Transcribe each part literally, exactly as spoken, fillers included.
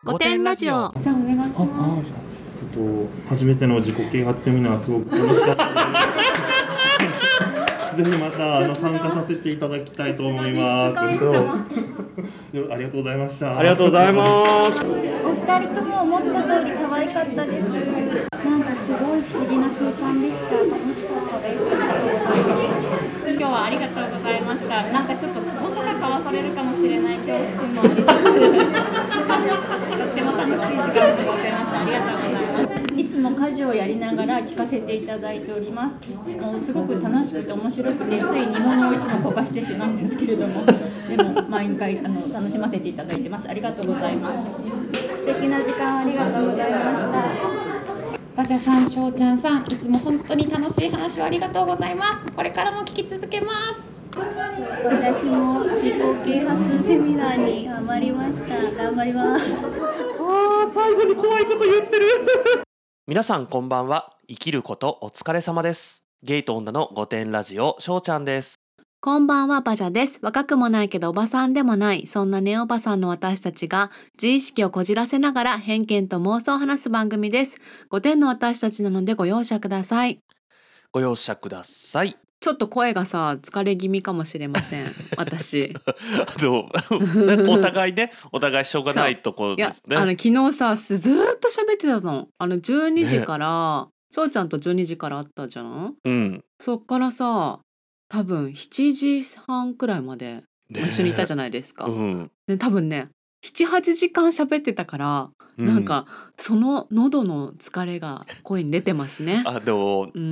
ごてんラジオ。 じゃあお願いします。 えっと初めての自己啓発セミナーすごく楽しかったです。ぜひまたあの参加させていただきたいと思います。ありがとうございました。 ありがとうございます。 お二人とも思った通り可愛かったです。なんかすごい不思議な空間でした。楽しかったです。今日はありがとうございました。なんかちょっとツボとか買わされるかもしれない恐怖心もあります。とても楽しい時間を過ごせました。ありがとうございます。 いつも家事をやりながら聞かせていただいております。あのすごく楽しくて面白くて、つい煮物をいつも焦がしてしまうんですけれども、でも毎回あの楽しませていただいてます。ありがとうございます。 素敵な時間ありがとうございました。バジャさん、しょうちゃんさん、いつも本当に楽しい話をありがとうございます。これからも聞き続けます。私も自己啓発セミナーにハマりました。頑張ります。 あー、最後に怖いこと言ってる。皆さんこんばんは。生きることお疲れ様です。ゲイと女のごてんラジオ、しょうちゃんです。 こんばんは、バジャです。若くもないけどおばさんでもない、そんなネオバさんの私たちが自意識をこじらせながら偏見と妄想を話す番組です。ごてんの私たちなのでご容赦ください。 ご容赦ください。 ちょっと声がさ、疲れ気味かもしれません。私。 あのお互いね、お互いしょうがないところですね。 いや、あの昨日さ、ずーっと喋ってたの。あのじゅうにじから、しょうちゃんとじゅうにじから会ったじゃん。 うん。 そっからさ、多分しちじはんくらいまで一緒にいたじゃないですか。 うん。 で多分ね、ななはちじかん喋ってたから、うん、なんかその喉の疲れが声に出てますね。 あの、うん、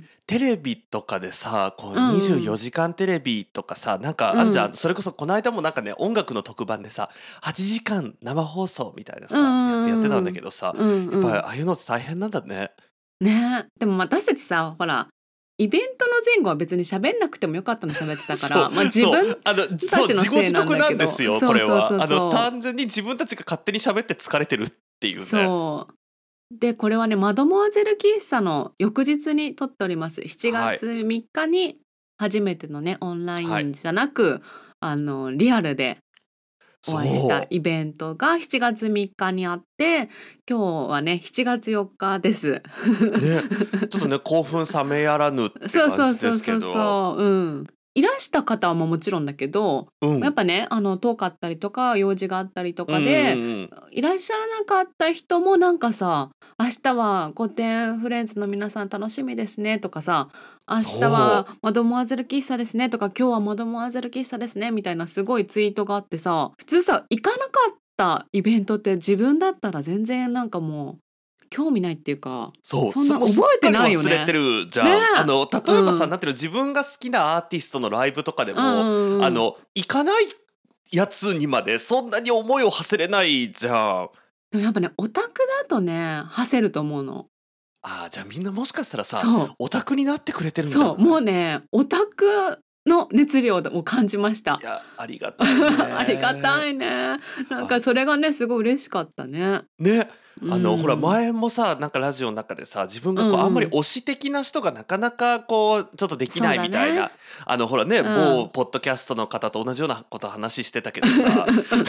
テレビとかでさ、こうにじゅうよじかんテレビとかさ、なんかあるじゃん、うん、それこそこの間もなんかね、音楽の特番でさはちじかん生放送みたいなさ、うん、やつやってたんだけどさ、うんうん、やっぱりああいうのって大変なんだね。 ね。でも私たちさ、ほらイベントの前後は別に喋んなくてもよかったの喋ってたから、まあ、自分たちのせいなんだけど、そう、自業自得なんですよ。これはあの単純に自分たちが勝手に喋って疲れてるっていうね。 そうで、これはね、マドモアゼル喫茶の翌日に撮っております。しちがつみっかに初めてのね、オンラインじゃなく、はい、あのリアルでお会いしたイベントがしちがつみっかにあって、今日はねしちがつよっかです。ね、 ちょっとね興奮冷めやらぬって感じですけど。そうそうそうそう、 うん。いらした方はもちろんだけど、うん、やっぱね、あの遠かったりとか用事があったりとかで、うんうんうん、いらっしゃらなかった人もなんかさ、明日はごてんフレンズの皆さん楽しみですねとかさ、明日はマドモアゼル喫茶ですねとか、今日はマドモアゼル喫茶ですねみたいなすごいツイートがあってさ、普通さ行かなかったイベントって自分だったら全然なんかもう興味ないっていうか、 そう、 そんな覚えてないよね。 忘れてるじゃん、ね、あの例えばさ、うん、なんていうの、自分が好きなアーティストのライブとかでも、うんうん、あの行かないやつにまでそんなに思いを馳せれないじゃん。 でもやっぱね、オタクだとね馳せると思うの。 ああ、じゃあみんなもしかしたらさ、オタクになってくれてるんじゃん。 そう、もうね、オタクの熱量を感じました。 いや、ありがたいね。 ありがたいね。なんかそれがねすごい嬉しかったね。 ね。あの、うん、ほら前もさ、なんかラジオの中でさ、自分がこう、うん、あんまり推し的な人がなかなかこうちょっとできないみたいな、ね、あのほらね、うん、某ポッドキャストの方と同じようなこと話してたけどさ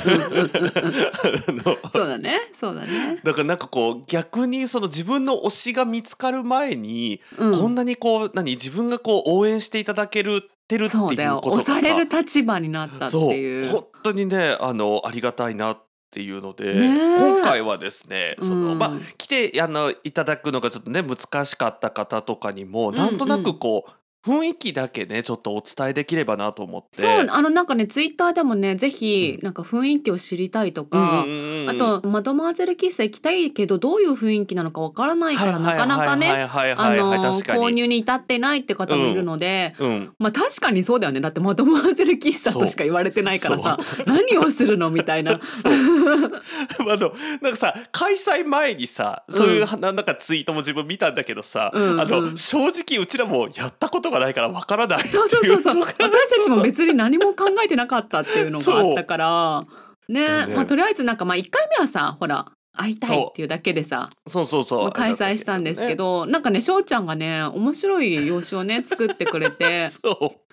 そうだね、そうだね。 だからなんかこう逆にその自分の推しが見つかる前に、うん、こんなにこう何自分がこう応援していただけるてるっていうことがさ、 押される立場になったっていう、 そう本当にね、あのありがたいなっていうので、今回はですね、その、うん、まあ来てあのいただくのがちょっとね難しかった方とかにも、なんとなくこう、うんうん、雰囲気だけねちょっとお伝えできればなと思って。 そう、あのなんかねツイッターでもね、ぜひなんか雰囲気を知りたいとか、うんうんうん、あとマドモアゼル喫茶行きたいけどどういう雰囲気なのかわからないから、なかなかね購入に至ってないって方もいるので、うんうん、まあ確かにそうだよね。だってマドモアゼル喫茶としか言われてないからさ、何をするのみたいな。 あのなんかさ、開催前にさ、そういう、うん、なんだかツイートも自分見たんだけどさ、うんうん、あの正直うちらもやったことがないからわからないっていう。 そうそうそうそう。私たちも別に何も考えてなかったっていうのがあったからね。ね、まあ、とりあえずなんかまあいっかいめはさ、ほら会いたいっていうだけでさ、 そうそうそう、 まあ、開催したんですけど、ね、なんかね、しょうちゃんがね面白い用紙をね作ってくれてそう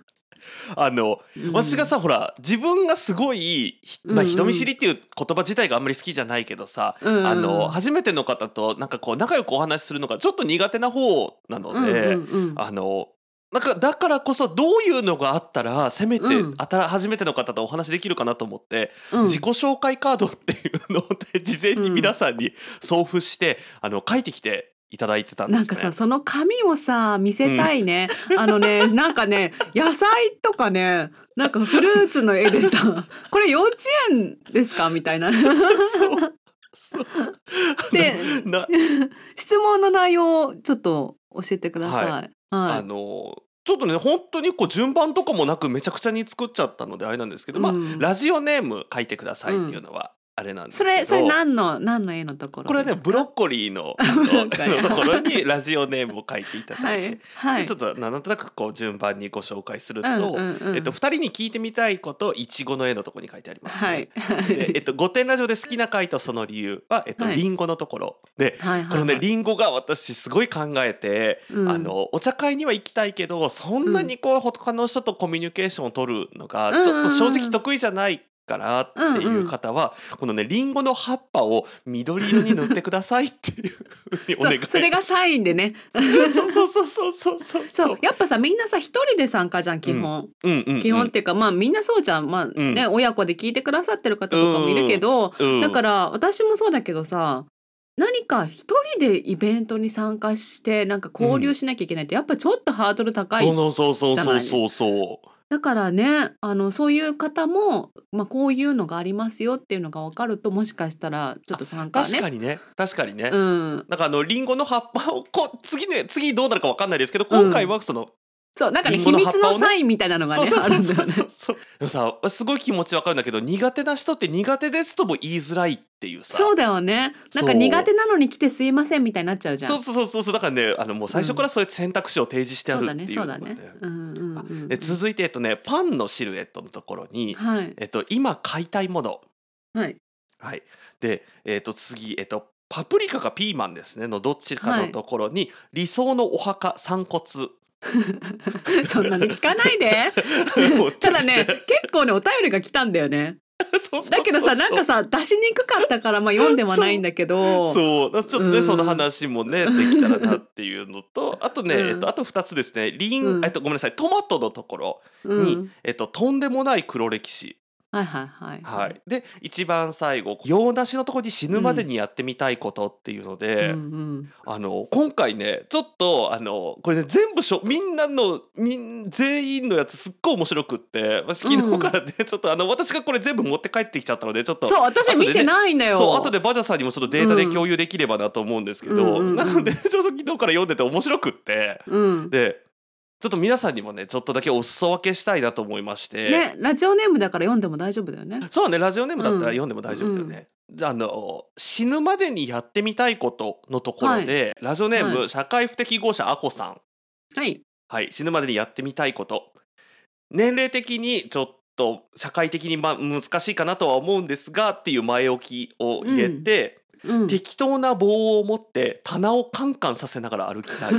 あの、 うん私がさほら自分がすごい、まあ、 うんうん人見知りっていう言葉自体があんまり好きじゃないけどさ、 うんうんあの初めての方となんかこう仲良くお話しするのがちょっと苦手な方なので、 うんうんうんあのなんかだからこそどういうのがあったらせめて、 うんあた初めての方とお話できるかなと思って、 うん自己紹介カードっていうのを事前に皆さんに送付して、あの書いてきていただいてたんですね。 なんかさその紙をさ見せたいね、あのねなんかね野菜とかねなんかフルーツの絵でさこれ幼稚園ですかみたいなそうそうでな質問の内容をちょっと教えてください。はいあのちょっとね本当にこう順番とかもなくめちゃくちゃに作っちゃったのであれなんですけど、まあうんラジオネーム書いてくださいっていうのはあれなんですそけど、 れそれ何の何の絵のところこれはねですか？ ブロッコリーのあブロッコリーののところにラジオネームを書いていただいて、 はいはいでちょっとなんとなくこう順番にご紹介すると、 うんうんうんえっと、ふたりに聞いてみたいこといちごの絵のところに書いてありますね。 はいでえっと、ごてんラジオで好きな回とその理由は、えっとはいリンゴのところで、 はいはいはいこのねリンゴが私すごい考えて、 うんあのお茶会には行きたいけどそんなにこう他の人とコミュニケーションを取るのがうんうんちょっと正直得意じゃないからっていう方は、このねリンゴの葉っぱを緑色に塗ってくださいっていうふうにお願い。 そうそれがサインでねそうそうそうそうそうそうそうやっぱさみんなさ一人で参加じゃん基本、 うんうんうん、 基本っていうかまあみんなそうじゃん、まあねう親子で聞いてくださってる方とかもいるけど、 うんだから私もそうだけどさ何か一人でイベントに参加してなんか交流しなきゃいけないってやっぱちょっとハードル高い、 そうそうそうそうそうそうだからねあのそういう方も、まあ、こういうのがありますよっていうのが分かるともしかしたらちょっと参加ね確かにね確かにね、 うん、 なんかあのリンゴの葉っぱをこう次ね次どうなるか分かんないですけど今回はその、 そうなんかねリン秘ゴの葉っぱをね密のサインみたいなのがねそうあそうそうるんだよねそうそうでもさすごい気持ち分かるんだけど苦手な人って苦手ですとも言いづらいっていうさそうだよねなんか苦手なのに来てすいませんみたいになっちゃうじゃんそうそうそうそうだからねあのもう最初からそういう選択肢を提示してあるっていうのがねそうだねそうだねうんうんうんで続いて、えっとね、パンのシルエットのところに、 はいえっと、今買いたいもの、 はいはい、で、えっと、次、えっと、パプリカかピーマンですねのどっちかのところに、理想のお墓散骨そんなに聞かないでただね結構ねお便りが来たんだよねそうそうそうそうだけどさなんかさ出しにくかったからまあ読んではないんだけどそうだからちょっとね、 うんその話もねできたらなっていうのとあとね、 うんえっと、あとふたつですねリン、 うんえっと、ごめんなさいトマトのところに、 うんえっと、とんでもない黒歴史はいはいはいはい、で一番最後洋梨のところに死ぬまでにやってみたいことっていうので、 うんうんあの今回ねちょっとあのこれね全部しょみんなのみん全員のやつすっごい面白くって私昨日からね、ちょっとあの私がこれ全部持って帰ってきちゃったのでちょっとそう私見てないんだよそう後でバジャさんにもちょっとデータで共有できればなと思うんですけど、 うんうんうんうんなのでちょっと昨日から読んでて面白くってうんでちょっと皆さんにもねちょっとだけお裾分けしたいなと思いましてねラジオネームだから読んでも大丈夫だよねそうねラジオネームだったら読んでも大丈夫だよね、じゃああの死ぬまでにやってみたいことのところで、ラジオネーム、 はい社会不適合者あこさん、 はいはい、死ぬまでにやってみたいこと年齢的にちょっと社会的にま難しいかなとは思うんですがっていう前置きを入れて、 うん適当な棒を持って棚をカンカンさせながら歩きたい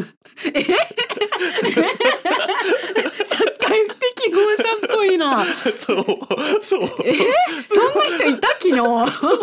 社会不適合者っぽいなそうそうえそんな人いた昨日何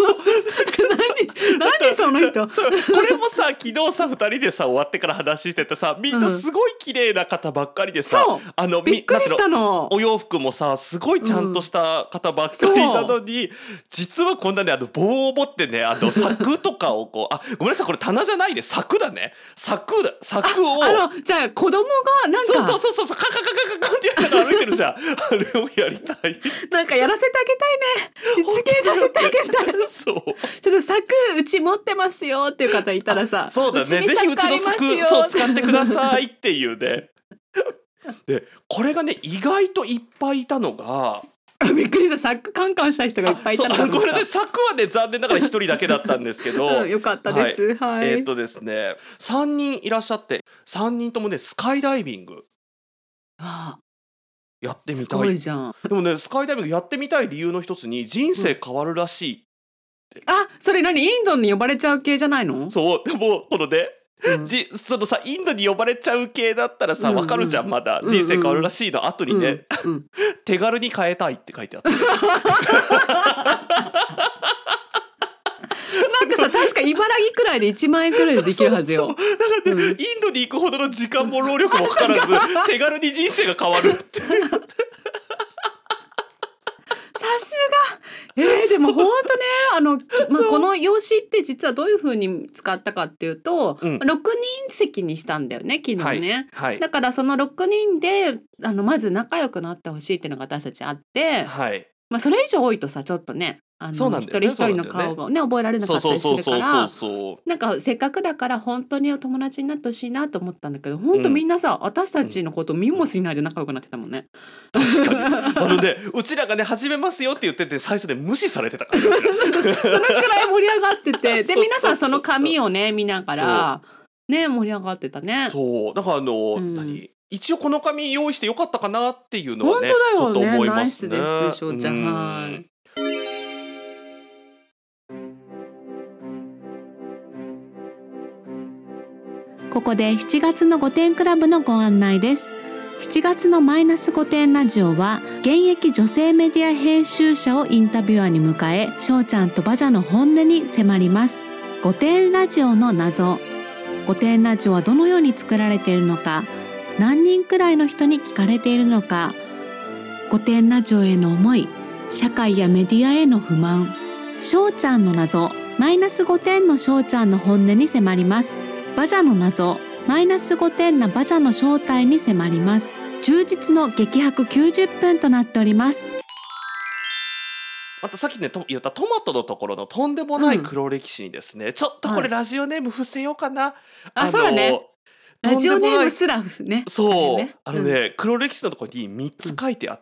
何その人そうこれもさ昨日さふたりでさ終わってから話しててさみんなすごい綺麗な方ばっかりでさ、 そうあのびっくりしたのお洋服もさすごいちゃんとした方ばっかりなのに、実はこんなねあの棒を持ってねあの柵とかをこうあごめんなさいこれ棚じゃないで柵だね柵だ柵をあのじゃあ子供がなんかそうそうそうそうカンカンカンカンカンってやりながら歩いてるじゃんあれをやりたいなんかやらせてあげたいね実現させてあげたいそうちょっと柵うち持ってますよっていう方いたらさそうだねぜひうちの柵そう使ってくださいっていうねでこれがね意外といっぱいいたのがあびっくりした柵カンカンした人がいっぱいいたのかそうごめんなさいと思っ柵はね残念ながら一人だけだったんですけど、 たうんよかったですはい、 えーっとですねさんにんいらっしゃってさんにんともねスカイダイビングあやってみすたいごいじゃんでもねスカイダイビングやってみたい理由の一つに人生変わるらしい、 あそれ何インドに呼ばれちゃう系じゃないのそうでもこのねうん、 じそのさインドに呼ばれちゃう系だったらさ、 うんうん、 わかるじゃんまだ、人生変わるらしいの後にね、 うんうん、 手軽に変えたいって書いてあったなんかさ確か茨城くらいでいちまんえんくらいでできるはずよ。 そうそうそうだからね、うん、インドに行くほどの時間も労力もかからず手軽に人生が変わるってさすが、えー、でも本当ねあの、まあ、この用紙って実はどういう風に使ったかっていうと、うん、ろくにん席にしたんだよね昨日ね、はいはい、だからそのろくにんであのまず仲良くなってほしいっていうのが私たちあって、はい、まあ、それ以上多いとさちょっとねあの一人一人の顔がね覚えられなかったりするからなんかせっかくだから本当にお友達になってほしいなと思ったんだけど本当みんなさ、うん、私たちのことを見もしないで仲良くなってたもんね。 確かにあのねうちらがね始めますよって言ってて最初で無視されてたからそのくらい盛り上がっててで皆さんその紙をね見ながらね盛り上がってたね。 そうだからあの、うん、何一応この紙用意してよかったかなっていうのはねちょっと思いますね。 ナイスですしょうちゃん。はいここでしちがつのごてんクラブのご案内です。しちがつのマイナスごてんラジオは現役女性メディア編集者をインタビュアーに迎えしょうちゃんとバジャの本音に迫ります。ごてんラジオの謎。ごてんラジオはどのように作られているのか、何人くらいの人に聞かれているのか、ごてんラジオへの思い、社会やメディアへの不満、しょうちゃんの謎、マイナスごてんのしょうちゃんの本音に迫ります。バジャの謎、マイナスごてんなバジャの正体に迫ります。充実の激白きゅうじゅっぷんとなっております。 またさっきねと言ったトマトのところのとんでもない黒歴史にですね、うん、ちょっとこれラジオネーム伏せようかな、はい、 あ, あそうだねラジオネームすらねそう、ね、あのね、うん、黒歴史のところにみっつ書いてあって、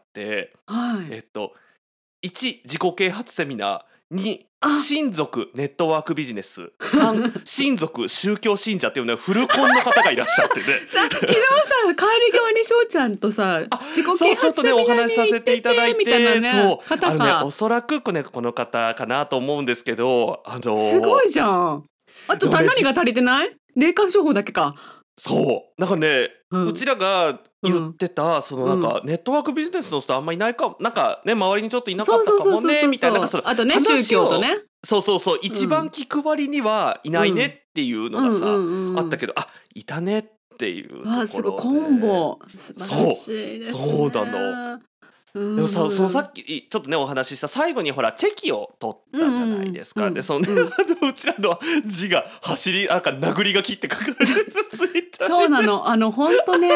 うんはい、えっといち自己啓発セミナー、に親族ネットワークビジネス、さん親族宗教信者っていうねフルコンの方がいらっしゃってね昨日さ帰り際にしょうちゃんとさ自己啓発セミナーに行っててそうちょっとねお話しさせていただいて、 ね、 そう方あのねおそらくこの方かなと思うんですけど、あのー、 すごいじゃん。あと何が足りてない？霊感商法だけか。 そうなんかね、うん、うちらが言ってた、うん、そのなんか、うん、ネットワークビジネスの人あんまいないかなんかね周りにちょっといなかったかもねみたいな、 あとね宗教とねそうそうそう一番聞く割にはいないねっていうのがさ、うんうんうん、あったけどあいたねっていうところで、 あすごいコンボ素晴らしいですね。 そうそうだのでもさそのさっきちょっとねお話しした最後にほらチェキを取ったじゃないですか、うんうん、でその、ねうん、うちらの字が走りなんか殴り書きって書かれてついたそうなのあの本当ね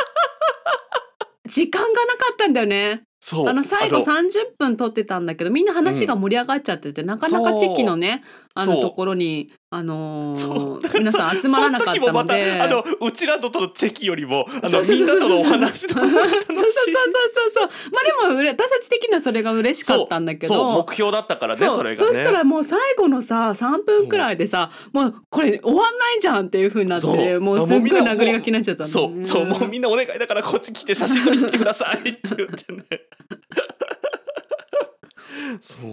時間がなかったんだよね。そうあの最後さんじゅっぷん撮ってたんだけどみんな話が盛り上がっちゃってて、うん、なかなかチェキのねあのところにあのー、皆さん集まらなかったので、またあのうちらのとのチェキよりもあのみんなとのお話の方が楽しい。そうそうそうそうまあでも私たち的にはそれが嬉しかったんだけど、 そう目標だったからねそれがね。 そうしたらもう最後のささんぷんくらいでさもうこれ終わんないじゃんっていう風になってもうすっごい殴り書きになっちゃったんだよね。 そうそうもうみんなお願いだからこっち来て写真撮りに来てくださいって言ってねそう、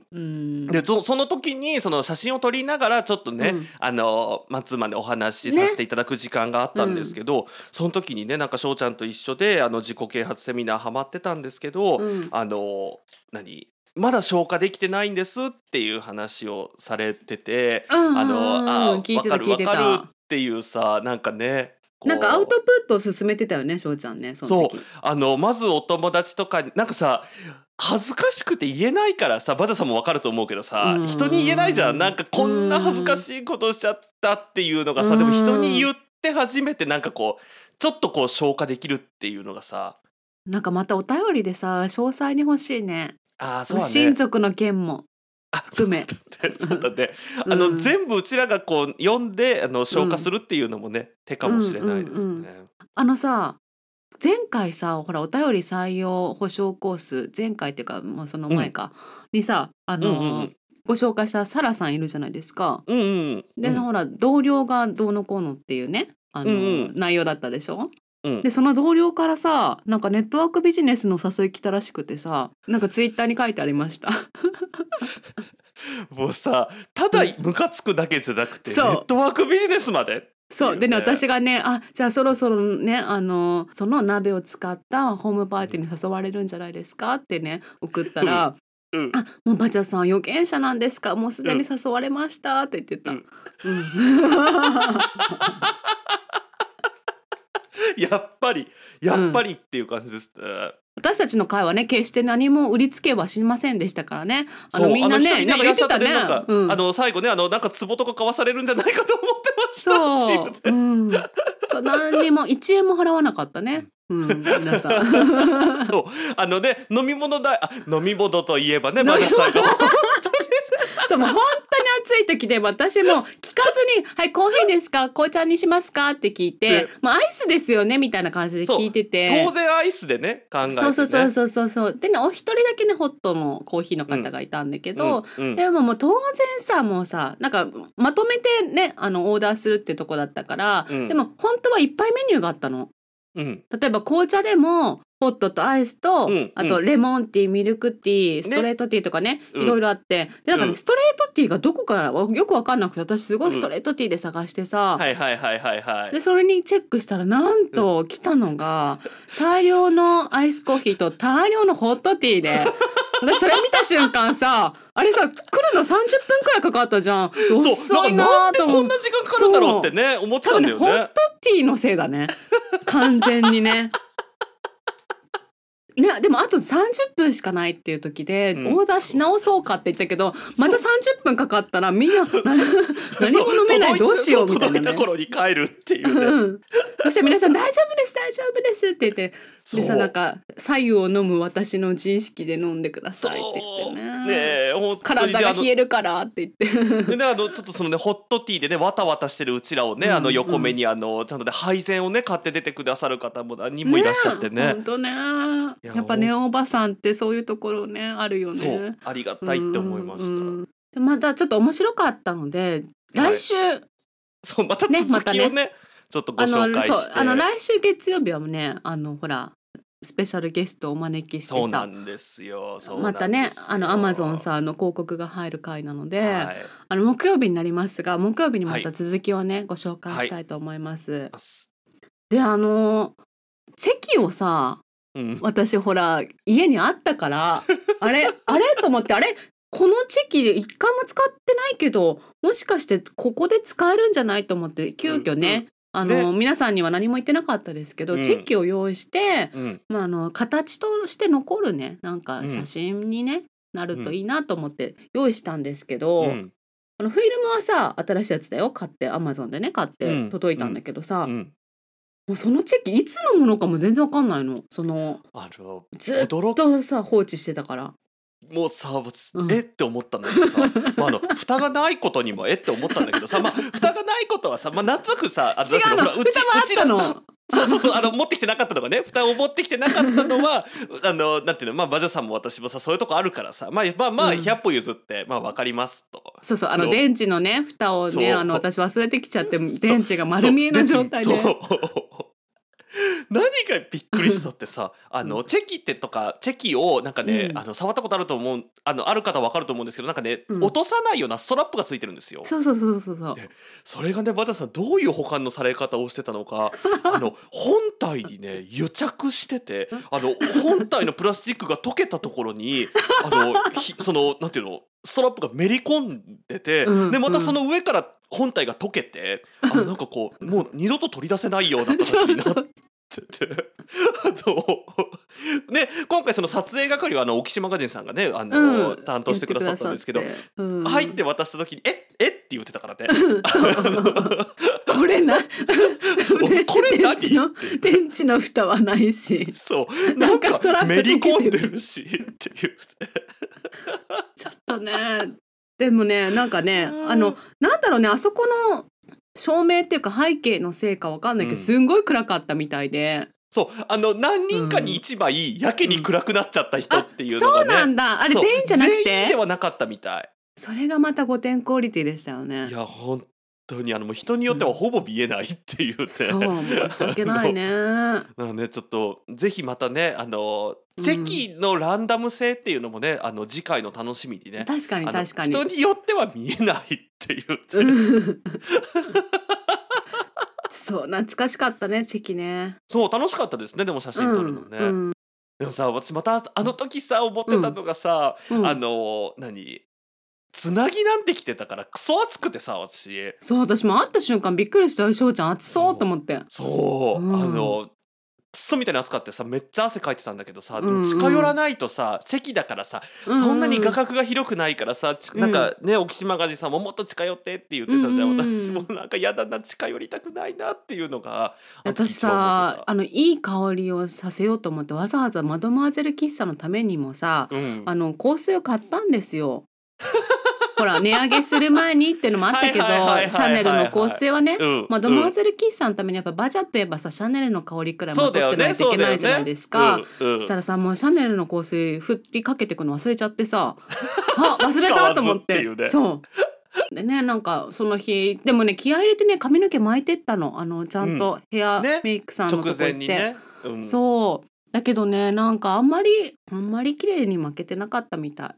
うん、で そ, その時にその写真を撮りながらちょっとね、うん、あの松までお話しさせていただく時間があったんですけど、ねうん、その時にねなんかしょうちゃんと一緒であの自己啓発セミナーハマってたんですけど、うん、あの何まだ消化できてないんですっていう話をされてて、 うん、 あのあ聞いてた分かる分かるっていうさなんかねなんかアウトプットを進めてたよねしょうちゃんね。その時そうあのまずお友達とかなんかさ恥ずかしくて言えないからさバジャさんも分かると思うけどさ人に言えないじゃん。なんかこんな恥ずかしいことしちゃったっていうのがさでも人に言って初めてなんかこうちょっとこう消化できるっていうのがさなんかまたお便りでさ詳細に欲しいね。 あそうだね親族の件も含めそうだねあの、うん、全部うちらがこう読んであの消化するっていうのもね、うん、手かもしれないですね、うんうんうん、 あのさ前回さほらお便り採用保証コース前回っていうかもうその前か、うん、にさあの、うんうんうん、ご紹介したサラさんいるじゃないですか、 うんうん、 で、うん、ほら同僚がどうのこうのっていうねあの、うんうん、内容だったでしょ、うん、でその同僚からさなんかネットワークビジネスの誘い来たらしくてさなんかツイッターに書いてありましたもうさただムカつくだけじゃなくて、うん、ネットワークビジネスまでそうでね、私がね、あ、じゃあそろそろね、あのその鍋を使ったホームパーティーに誘われるんじゃないですかってね送ったら、 うん、 あ、もうバチャさん預言者なんですか、もうすでに誘われましたって言ってた、うんうん、 やっぱりやっぱりっていう感じですね、うん、 私たちの会はね決して何も売りつけはしませんでしたからね。あのみんなね、なんか言ってたね、 なんか、うん、あの最後ね、あのなんか壺とか買わされるんじゃないかと思ってましたっていう、ね、そう、うん、そう何にもいちえんも払わなかったね、うん、皆さんそうあのね、飲み物代、あ、飲み物といえばね、マナさんがそう、もう本当に暑い時で私も聞かずに「はいコーヒーですか、紅茶にしますか?」って聞いて、まあ、アイスですよねみたいな感じで聞いてて、 当然アイスでね考えてね、 そうそうそうそうそうそうでね、お一人だけねホットのコーヒーの方がいたんだけど、うんうんうん、でももう当然さ、もうさ、なんかまとめてねあのオーダーするってとこだったから、うん、でも本当はいっぱいメニューがあったの、うん、例えば紅茶でもホットとアイスと、うん、あとレモンティー、ミルクティー、ストレートティーとかね、いろいろあって、でなんかね、うん、ストレートティーがどこからよく分かんなくて、私すごいストレートティーで探してさ、 はいはいはいはいはい。 でそれにチェックしたらなんと来たのが、うん、大量のアイスコーヒーと大量のホットティーで私それ見た瞬間さ、あれさ来るのさんじゅっぷんくらいかかったじゃん。遅いなと思って、 なんでこんな時間かかるんだろうってね思ってたんだよね。 多分ねホットティーのせいだね完全にねね、でもあとさんじゅっぷんしかないっていう時で、うん、オーダーし直そうかって言ったけど、またさんじゅっぷんかかったらみんな何も飲めない、どうしようみたいな、ね、 届いた頃に帰るっていうね、うん、 そして皆さん大丈夫です大丈夫ですって言って、でさ、なんか白湯を飲む私の自意識で飲んでくださいって言ってね、ねえ体が冷えるからって言ってで、ね、あのちょっとそのねホットティーでねわたわたしてるうちらをね、うんうん、あの横目にあのちゃんとね配膳をね買って出てくださる方も何人もいらっしゃってね、 本当ね、やっぱねおばさんってそういうところねあるよね。 そうありがたいって思いました。うんうん、 でまたちょっと面白かったので来週、はい、 そうまた続きを ね, ね, ねちょっとご紹介して、あのそうあの来週月曜日はね、あのほらスペシャルゲストをお招きしてさ、 そうなんですよ、そうなんですよ、 またねあのアマゾンさんの広告が入る回なので、はい、あの木曜日になりますが、木曜日にまた続きをね、はい、ご紹介したいと思います、はい、であのチェキをさ、うん、私ほら家にあったからあれあれと思って、あれこのチェキで一回も使ってないけどもしかしてここで使えるんじゃないと思って急遽ね、うんうん、あの、ね、皆さんには何も言ってなかったですけど、うん、チェキを用意して、うんまあ、あの形として残るねなんか写真に、ねうん、なるといいなと思って用意したんですけど、うん、あのフィルムはさ新しいやつだよ、買ってアマゾンでね買って届いたんだけどさ、うんうんもうそのチェキいつのものかも全然わかんないの。そのあのずっとさ放置してたからもうさ、うん、えって思ったんだけどさ、まあ、あの蓋がないことにもえって思ったんだけどさ、まあ、蓋がないことはさ、まあ、なんとなくさあ違うの、 うち蓋もあったのそうそうそうあの持ってきてなかったのがね蓋を持ってきてなかったのはあのなんていうのまあバジャさんも私もさそういうとこあるからさまあまあまあひゃっぽ譲って、うん、まあ分かりますとそうそうあの電池のね蓋をねあの私忘れてきちゃって電池が丸見えの状態でそう何がびっくりしたってさあの、うん、チェキってとかチェキをなんかね、うん、あの触ったことあると思うあのある方は分かると思うんですけどなんかね、うん、落とさないようなストラップがついてるんですよ。 そうそうそうそうそう。 でそれがねバジャさんどういう保管のされ方をしてたのかあの本体にね癒着しててあの本体のプラスチックが溶けたところにあのそのなんていうのストラップがめり込んでて、うん、でまたその上から本体が溶けて、うん、あのなんかこうもう二度と取り出せないような形になってあのね、今回その撮影係はあのオキシマガジンさんがねあの、うん、担当してくださったんですけど、うん、入って渡した時にええって言ってたからねこれなこれ何電池の電池の蓋はないしそうなんかめり込んでるしっていうちょっとねでもねなんかねあのなんだろうねあそこの照明っていうか背景のせいかわかんないけど、うん、すんごい暗かったみたいでそうあの何人かに一枚やけに暗くなっちゃった人っていうのがね、うん、 そうなんだあれ全員じゃなくて全員ではなかったみたい。 それがまたごてんクオリティでしたよね。 いや本当にあのもう人によってはほぼ見えないっていうね、うん、 そう申し訳ないねなのでちょっとぜひまたねあのチェキのランダム性っていうのもねあの次回の楽しみにね確かに確かに人によっては見えないっていう、 そう懐かしかったねチェキね。 そう楽しかったですねでも写真撮るのね、うんうん、でもさ私またあの時さ思ってたのがさ、うん、あの何つなぎなんて着てたからクソ暑くてさ私そう私も会った瞬間びっくりしたよ翔ちゃん暑そうと思ってそう、うん、あのクソみたいに暑かってさめっちゃ汗かいてたんだけどさ、でも近寄らないとさチェキだからさ、うんうん、そんなに画角が広くないからさ、うん、なんかね沖島ガジさんももっと近寄ってって言ってたじゃん、うんうん、私もなんかやだな近寄りたくないなっていうのが私さあのいい香りをさせようと思ってわざわざマドモアゼル喫茶のためにもさ、うん、あの香水を買ったんですよほら値上げする前にっていうのもあったけどシャネルの香水はね、うん、マドモアゼル喫茶のためにやっぱバジャといえばさシャネルの香りくらいまとってないといけないじゃないですか、ねうんうん、したらさもうシャネルの香水振りかけてくの忘れちゃってさあ忘れたと思って、ね、そうでねなんかその日でもね気合い入れてね髪の毛巻いてったのあのちゃんとヘアメイクさんのとこ行って、うんねねうん、そうだけどねなんかあんまりあんまり綺麗に巻けてなかったみたい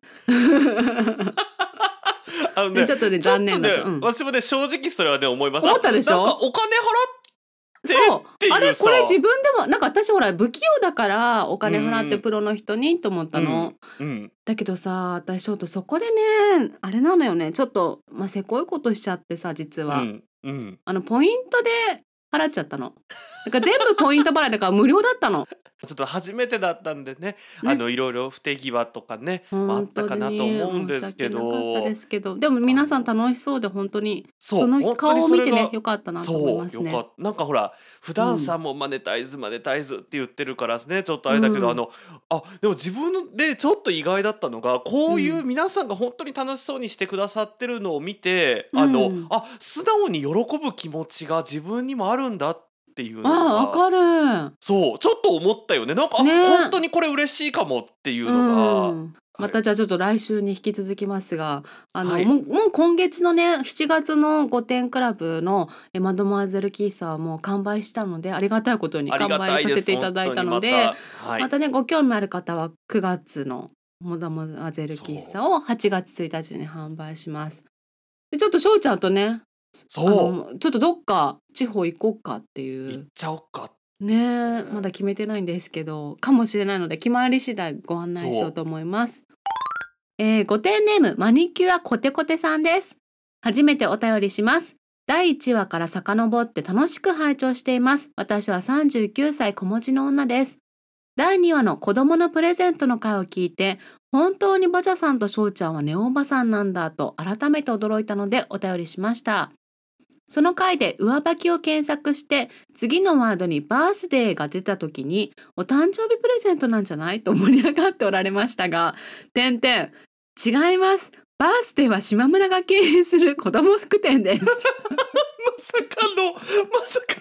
あのね、ちょっとね残念だった、ねうん、 私もね正直それはね思います。 思ったでしょ。 なんかお金払ってそうあれこれ自分でもなんか私ほら不器用だからお金払ってプロの人にと思ったの、うんうん、だけどさ私ちょっとそこでねあれなのよねちょっとまあせこいことしちゃってさ実は、うんうん、あのポイントで払っちゃったのだから全部ポイント払いだから無料だったのちょっと初めてだったんで ね, ねあのいろいろ不手際とかねあったかなと思うんですけど申し訳なかったですけどでも皆さん楽しそうで本当にその顔を見てねよかったなと思いますね。 そうよかったなんかほら普段さ、うん、もうマネタイズマネタイズって言ってるからねちょっとあれだけど、うん、あのあでも自分でちょっと意外だったのがこういう皆さんが本当に楽しそうにしてくださってるのを見て、うん、あのあ素直に喜ぶ気持ちが自分にもあるんだってっていうのがあ、わかるそうちょっと思ったよねなんか、ね、本当にこれ嬉しいかもっていうのが、うん、 またじゃあちょっと来週に引き続きますがあの、はい、も, もう今月のねしちがつのごてんクラブのマドモアゼル喫茶はもう完売したのでありがたいことに完売させていただいたのでま た,、はい、またねご興味ある方はくがつのマドモアゼル喫茶をはちがつついたちに販売しますでちょっと翔ちゃんとねそうちょっとどっか地方行こうかっていう行っちゃおうかねまだ決めてないんですけどかもしれないので決まり次第ご案内しようと思います、えー、ごてんネームマニキュアコテコテさんです。初めてお便りします。だいいちわから遡って楽しく拝聴しています。私はさんじゅうきゅうさい子持ちの女です。だいにわの子供のプレゼントの回を聞いて本当にバジャさんと翔ちゃんはネオおばさんなんだと改めて驚いたのでお便りしました。その回で上履きを検索して次のワードにバースデーが出た時にお誕生日プレゼントなんじゃないと盛り上がっておられましたが点々違います。バースデーは島村が経営する子供服店ですまさかのまさか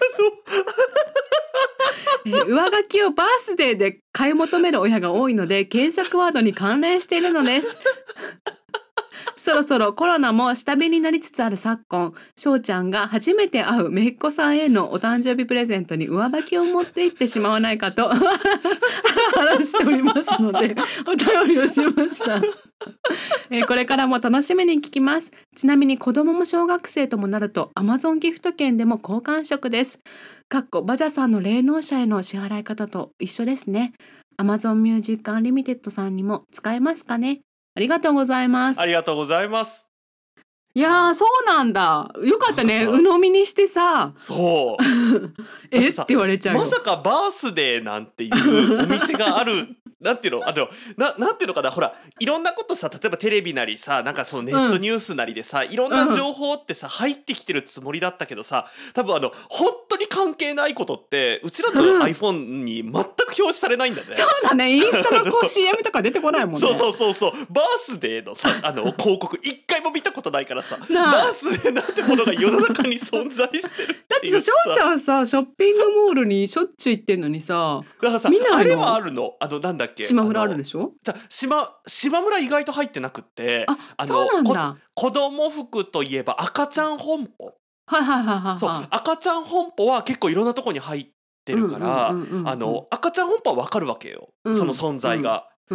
の上書きをバースデーで買い求める親が多いので検索ワードに関連しているのですそろそろコロナも下火になりつつある昨今、翔ちゃんが初めて会う姪っ子さんへのお誕生日プレゼントに上履きを持って行ってしまわないかと話しておりますのでお便りをしましたえー、これからも楽しみに聞きます。ちなみに子供も小学生ともなると Amazon ギフト券でも交換色です。かっこバジャさんの霊能者への支払い方と一緒ですね。 Amazon Music Unlimited さんにも使えますかね。ありがとうございます。 ありがとうございます。 いやーそうなんだよかったね鵜呑みにしてさそうえって言われちゃうよまさかバースデーなんていうお店があるなんていうのあのななんていうのかなほらいろんなことさ例えばテレビなりさなんかそのネットニュースなりでさ、うん、いろんな情報ってさ、うん、入ってきてるつもりだったけどさ多分あの本当に関係ないことってうちらの iPhone に全く表示されないんだね、うん、 そうだねインスタのこう シーエム とか出てこないもんねそうそうそうそうバースデーのさあの広告一回も見たことないからさバースデーなんてものが世の中に存在してるっていうだってさ翔ちゃんさショッピングモールにしょっちゅう行ってんのにさだからさ見ないのあれはあるのあのなんだっけ島村あるでしょじゃ島島村意外と入ってなくってああのそうなんだ子供服といえば赤ちゃん本舗はいはいはいはいそう赤ちゃん本舗は結構いろんなとこに入ってるからあの赤ちゃん本舗は分かるわけよ、うん、その存在が、 うんうん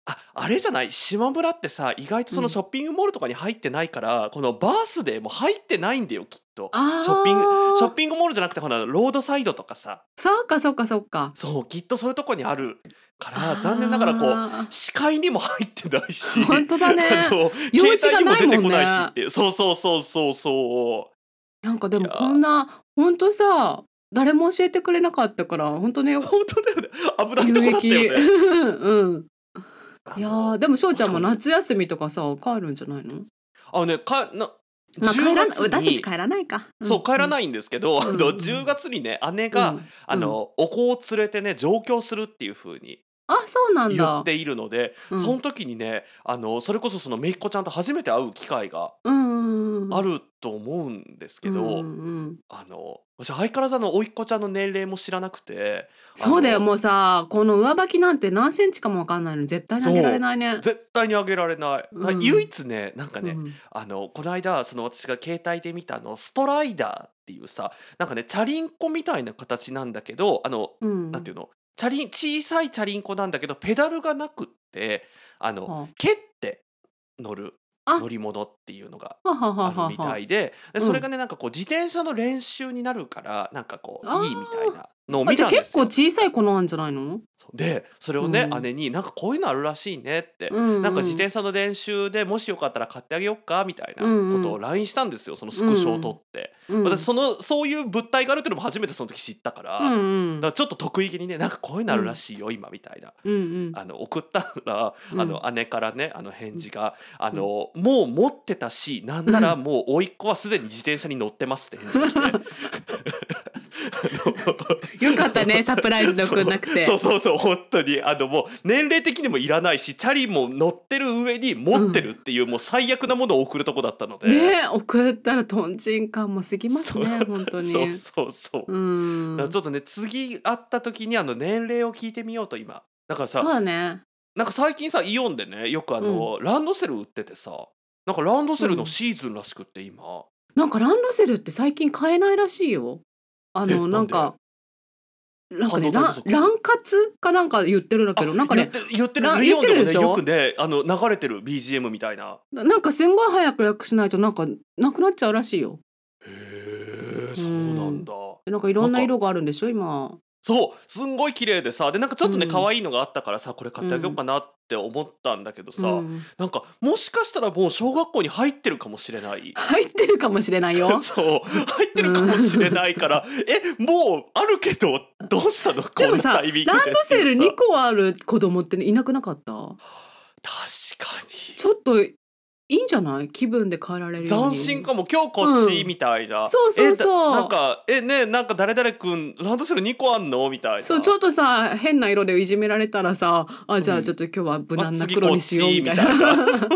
あ、あれじゃない、島村ってさ、意外とそのショッピングモールとかに入ってないから、このバースデーも入ってないんだよきっと。ショッピングショッあピングモールじゃなくてほらロードサイドとかさ、 ー、そうかそうかそうか。 そうきっとそういうとこにあるから残念ながらこうあ視界にも入ってないし、 ー本当だね。 あの用携帯にも事がないもんね出てこないしって、そうそうそうそうそう。 なんかでもいやこんな本当さ、誰も教えてくれなかったから本当ね、 本当だよね、危ないと有こだった益。 よね。 うん。いやあのーでも翔ちゃんも確かに夏休みとかさ帰るんじゃないの？ あのねかなまあ帰 10 らな月に私たち帰らないか。 そう帰らい。 ないんですけど、あうんのじゅうがつにね姉が、 うんあのお子を連れてね上京するっていう風にあ、そうなんだ。 言っているので、 うんその時にねあのそれこそそのめいっ子ちゃんと初めて会う機会がうんうんうん。 あると思うんですけど、 うんうんうんあの私相変わらずあの甥っ子ちゃんの年齢も知らなくて、 そうだよ、 あのもうさこの上履きなんて何センチかもわかんないのに絶対にあげられないね。 絶対にあげられない、 うん唯一ねなんかね、 うんあのこの間その私が携帯で見たあのストライダーっていうさ、なんかねチャリンコみたいな形なんだけど、あの、 うんなんていうの、チャリン小さいチャリンコなんだけどペダルがなくって、あの、 は蹴って乗るあ乗り物っていうのがははははあるみたいで、でうんそれがねなんかこう自転車の練習になるからなんかこあーういいみたいなのをあじゃあ結構見たんですよ。 小さい子なんじゃないの？ そうでそれをね、 うん姉になんかこういうのあるらしいねって、 うんうんなんか自転車の練習でもしよかったら買ってあげよっかみたいなうんうんことを ライン したんですよ、そのスクショを撮って、 うん私そのそういう物体があるっていうのも初めてその時知ったから、 うんうんだからちょっと得意げにねなんかこういうのあるらしいよ、今みたいな。 うんうんあの送ったら、 うんあの姉からねあの返事が、あのもう持ってたし、なんならもう甥っ子はすでに自転車に乗ってますって返事が来てよかったねサプライズで送んなくて。 そうそうそうそう本当にあのもう年齢的にもいらないしチャリも乗ってる上に持ってるっていう、もう最悪なものを送るとこだったので、 ねえ送ったらとんちんかんも過ぎますね本当に。 そうそうそう、 うんだからちょっとね次会った時にあの年齢を聞いてみようと今だからそうさ、 だね。 なんか最近さイオンでねよくあの、ランドセル売っててさ、なんかランドセルのシーズンらしくって今、 なんかランドセルって最近買えないらしいよ。あのえなんでなんかなんかねラン半導体不足ラン活かなんか言ってるんだけど、なんかね言って言ってるラリオンでも言ってるでしょねよくねあの流れてる ビージーエム みたいな。 なんかすんごい早く予約しないとなんかなくなっちゃうらしいよ。 へえそうなんだ。 なんかいろんな色があるんでしょ今。 そうすんごい綺麗でさ、でなんかちょっとねうん可愛いのがあったからさこれ買ってあげようかなって思ったんだけどさ、 うんなんかもしかしたらもう小学校に入ってるかもしれない入ってるかもしれないよ。 そう入ってるかもしれないから、えもうあるけどどうしたのでこんなもさタイミングでランドセルっていうさにこある子供っていなくなかった？ 確かにちょっといいんじゃない？気分で変えられるように。 斬新かも、今日こっちうんみたいな、 そうそうそうえだなんかえねなんか誰々くんランドセルにこあんのみたいな。 そうちょっとさ変な色でいじめられたらさ、あじゃあちょっと今日は無難な黒にしようみたいな。 あ次こっちみたいな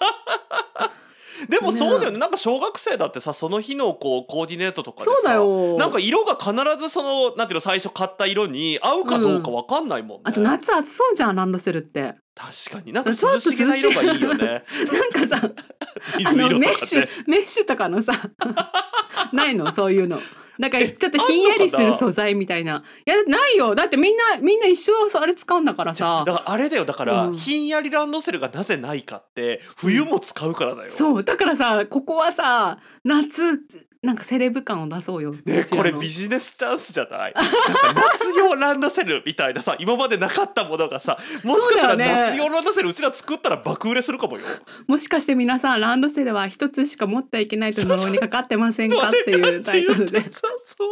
でもそうだよね、なんか小学生だってさその日のこうコーディネートとかでさそうだよなんか色が必ずそのなんていうの最初買った色に合うかどうかわかんないもんね、 あと夏暑そうじゃんランドセルって。 確かになんか涼しげな色がいいよねなんかさあ水色とかのメッシュねメッシュとかのさないのそういうの。だからちょっとひんやりする素材みたいな。いやないよ。だってみんなみんな一生あれ使うんだからさ。 だからあれだよだから、 うんひんやりランドセルがなぜないかって冬も使うからだよ、 そうだからさここはさ夏なんかセレブ感を出そうよ。 ね、 うちらのこれビジネスチャンスじゃないなんか夏用ランドセルみたいなさ今までなかったものがさもしかしたらそうだよね夏用ランドセルうちら作ったら爆売れするかもよ。 もしかして皆さんランドセルは一つしか持ってはいけないという呪いにかかってませんかっていうタイトルで。 そうそう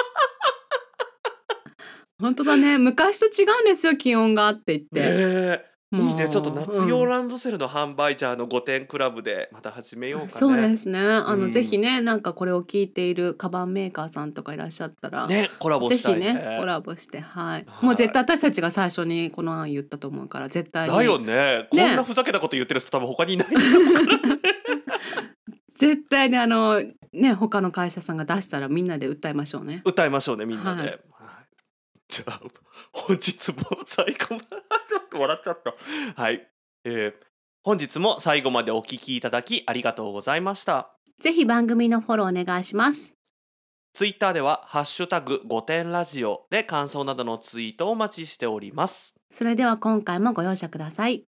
本当だね昔と違うんですよ気温がって言って。 ねえもういいねちょっと夏用うんランドセルの販売じゃああのごてんクラブでまた始めようかね。 そうですねあの、 うんぜひねなんかこれを聞いているカバンメーカーさんとかいらっしゃったら、 ねコラボぜひしたいね。 ねコラボしてはい、 はいもう絶対私たちが最初にこの案言ったと思うから絶対にだよねこんねなふざけたこと言ってる人多分他にいない絶対にあのね他の会社さんが出したらみんなで訴えましょうね。 歌いましょうねみんなで、 はいはいじゃあ本日も最後までちょっと笑っちゃったはい、えー本日も最後までお聞きいただきありがとうございました。 ぜひ番組のフォローお願いします。 ツイッターではハッシュタグごてんラジオで感想などのツイートをお待ちしております。 それでは今回もご容赦ください。